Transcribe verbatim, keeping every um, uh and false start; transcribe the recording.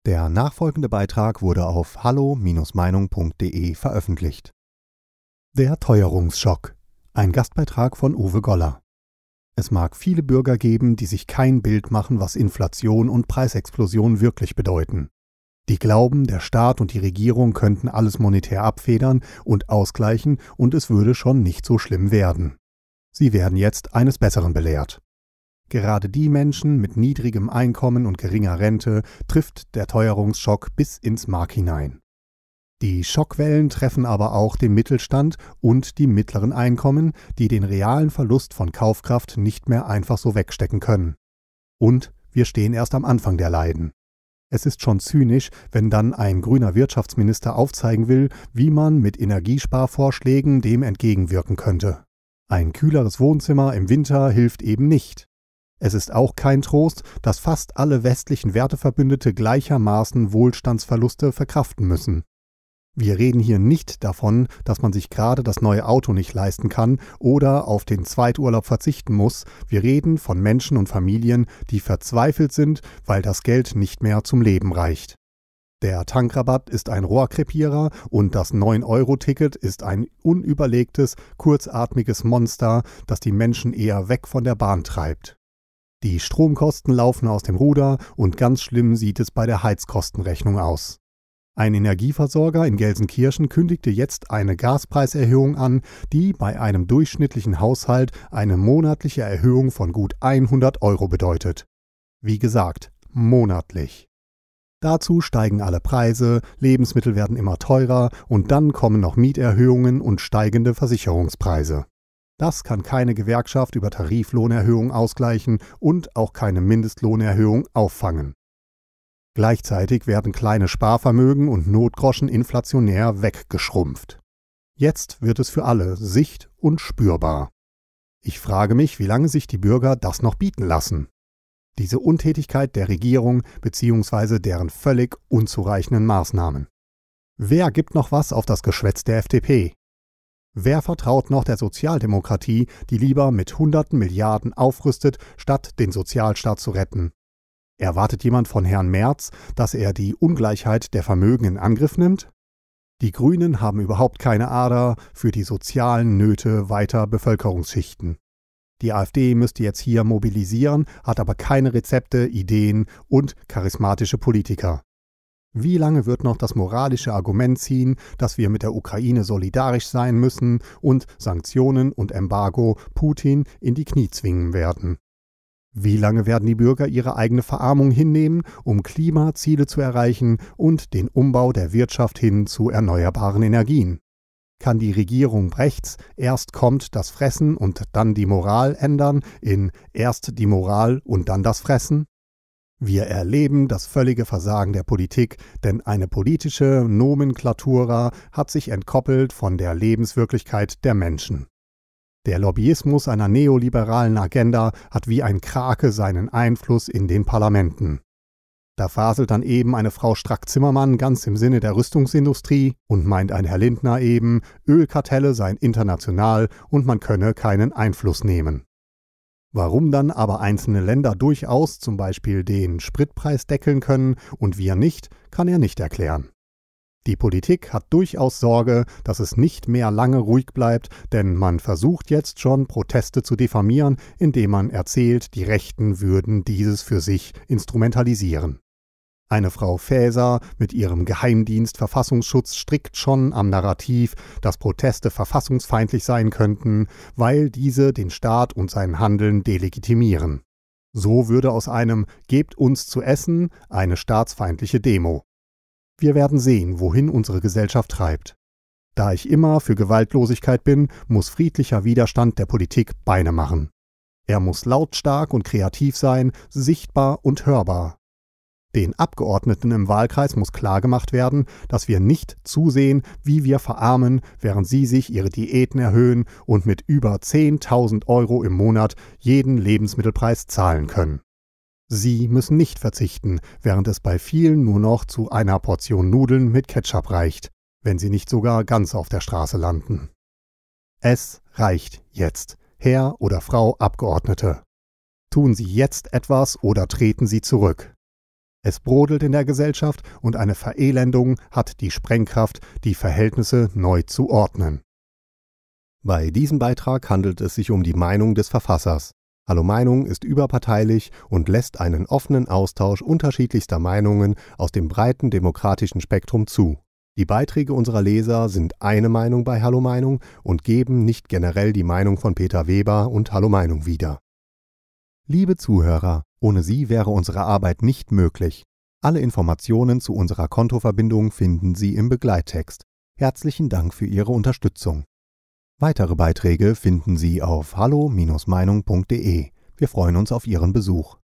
Der nachfolgende Beitrag wurde auf hallo Bindestrich meinung punkt de veröffentlicht. Der Teuerungsschock. Ein Gastbeitrag von Uwe Goller. Es mag viele Bürger geben, die sich kein Bild machen, was Inflation und Preisexplosion wirklich bedeuten. Die glauben, der Staat und die Regierung könnten alles monetär abfedern und ausgleichen und es würde schon nicht so schlimm werden. Sie werden jetzt eines Besseren belehrt. Gerade die Menschen mit niedrigem Einkommen und geringer Rente trifft der Teuerungsschock bis ins Mark hinein. Die Schockwellen treffen aber auch den Mittelstand und die mittleren Einkommen, die den realen Verlust von Kaufkraft nicht mehr einfach so wegstecken können. Und wir stehen erst am Anfang der Leiden. Es ist schon zynisch, wenn dann ein grüner Wirtschaftsminister aufzeigen will, wie man mit Energiesparvorschlägen dem entgegenwirken könnte. Ein kühleres Wohnzimmer im Winter hilft eben nicht. Es ist auch kein Trost, dass fast alle westlichen Werteverbündete gleichermaßen Wohlstandsverluste verkraften müssen. Wir reden hier nicht davon, dass man sich gerade das neue Auto nicht leisten kann oder auf den Zweiturlaub verzichten muss. Wir reden von Menschen und Familien, die verzweifelt sind, weil das Geld nicht mehr zum Leben reicht. Der Tankrabatt ist ein Rohrkrepierer und das neun Euro Ticket ist ein unüberlegtes, kurzatmiges Monster, das die Menschen eher weg von der Bahn treibt. Die Stromkosten laufen aus dem Ruder und ganz schlimm sieht es bei der Heizkostenrechnung aus. Ein Energieversorger in Gelsenkirchen kündigte jetzt eine Gaspreiserhöhung an, die bei einem durchschnittlichen Haushalt eine monatliche Erhöhung von gut hundert Euro bedeutet. Wie gesagt, monatlich. Dazu steigen alle Preise, Lebensmittel werden immer teurer und dann kommen noch Mieterhöhungen und steigende Versicherungspreise. Das kann keine Gewerkschaft über Tariflohnerhöhung ausgleichen und auch keine Mindestlohnerhöhung auffangen. Gleichzeitig werden kleine Sparvermögen und Notgroschen inflationär weggeschrumpft. Jetzt wird es für alle sicht- und spürbar. Ich frage mich, wie lange sich die Bürger das noch bieten lassen. Diese Untätigkeit der Regierung bzw. deren völlig unzureichenden Maßnahmen. Wer gibt noch was auf das Geschwätz der F D P? Wer vertraut noch der Sozialdemokratie, die lieber mit hunderten Milliarden aufrüstet, statt den Sozialstaat zu retten? Erwartet jemand von Herrn Merz, dass er die Ungleichheit der Vermögen in Angriff nimmt? Die Grünen haben überhaupt keine Ader für die sozialen Nöte weiter Bevölkerungsschichten. Die AfD müsste jetzt hier mobilisieren, hat aber keine Rezepte, Ideen und charismatische Politiker. Wie lange wird noch das moralische Argument ziehen, dass wir mit der Ukraine solidarisch sein müssen und Sanktionen und Embargo Putin in die Knie zwingen werden? Wie lange werden die Bürger ihre eigene Verarmung hinnehmen, um Klimaziele zu erreichen und den Umbau der Wirtschaft hin zu erneuerbaren Energien? Kann die Regierung Brechts erst kommt das Fressen und dann die Moral ändern in erst die Moral und dann das Fressen? Wir erleben das völlige Versagen der Politik, denn eine politische Nomenklatura hat sich entkoppelt von der Lebenswirklichkeit der Menschen. Der Lobbyismus einer neoliberalen Agenda hat wie ein Krake seinen Einfluss in den Parlamenten. Da faselt dann eben eine Frau Strack-Zimmermann ganz im Sinne der Rüstungsindustrie und meint ein Herr Lindner eben, Ölkartelle seien international und man könne keinen Einfluss nehmen. Warum dann aber einzelne Länder durchaus zum Beispiel den Spritpreis deckeln können und wir nicht, kann er nicht erklären. Die Politik hat durchaus Sorge, dass es nicht mehr lange ruhig bleibt, denn man versucht jetzt schon, Proteste zu diffamieren, indem man erzählt, die Rechten würden dieses für sich instrumentalisieren. Eine Frau Faeser mit ihrem Geheimdienst Verfassungsschutz strickt schon am Narrativ, dass Proteste verfassungsfeindlich sein könnten, weil diese den Staat und sein Handeln delegitimieren. So würde aus einem „Gebt uns zu essen“ eine staatsfeindliche Demo. Wir werden sehen, wohin unsere Gesellschaft treibt. Da ich immer für Gewaltlosigkeit bin, muss friedlicher Widerstand der Politik Beine machen. Er muss lautstark und kreativ sein, sichtbar und hörbar. Den Abgeordneten im Wahlkreis muss klargemacht werden, dass wir nicht zusehen, wie wir verarmen, während sie sich ihre Diäten erhöhen und mit über zehntausend Euro im Monat jeden Lebensmittelpreis zahlen können. Sie müssen nicht verzichten, während es bei vielen nur noch zu einer Portion Nudeln mit Ketchup reicht, wenn sie nicht sogar ganz auf der Straße landen. Es reicht jetzt, Herr oder Frau Abgeordnete. Tun Sie jetzt etwas oder treten Sie zurück. Es brodelt in der Gesellschaft und eine Verelendung hat die Sprengkraft, die Verhältnisse neu zu ordnen. Bei diesem Beitrag handelt es sich um die Meinung des Verfassers. Hallo Meinung ist überparteilich und lässt einen offenen Austausch unterschiedlichster Meinungen aus dem breiten demokratischen Spektrum zu. Die Beiträge unserer Leser sind eine Meinung bei Hallo Meinung und geben nicht generell die Meinung von Peter Weber und Hallo Meinung wieder. Liebe Zuhörer, ohne Sie wäre unsere Arbeit nicht möglich. Alle Informationen zu unserer Kontoverbindung finden Sie im Begleittext. Herzlichen Dank für Ihre Unterstützung. Weitere Beiträge finden Sie auf hallo Bindestrich meinung punkt de. Wir freuen uns auf Ihren Besuch.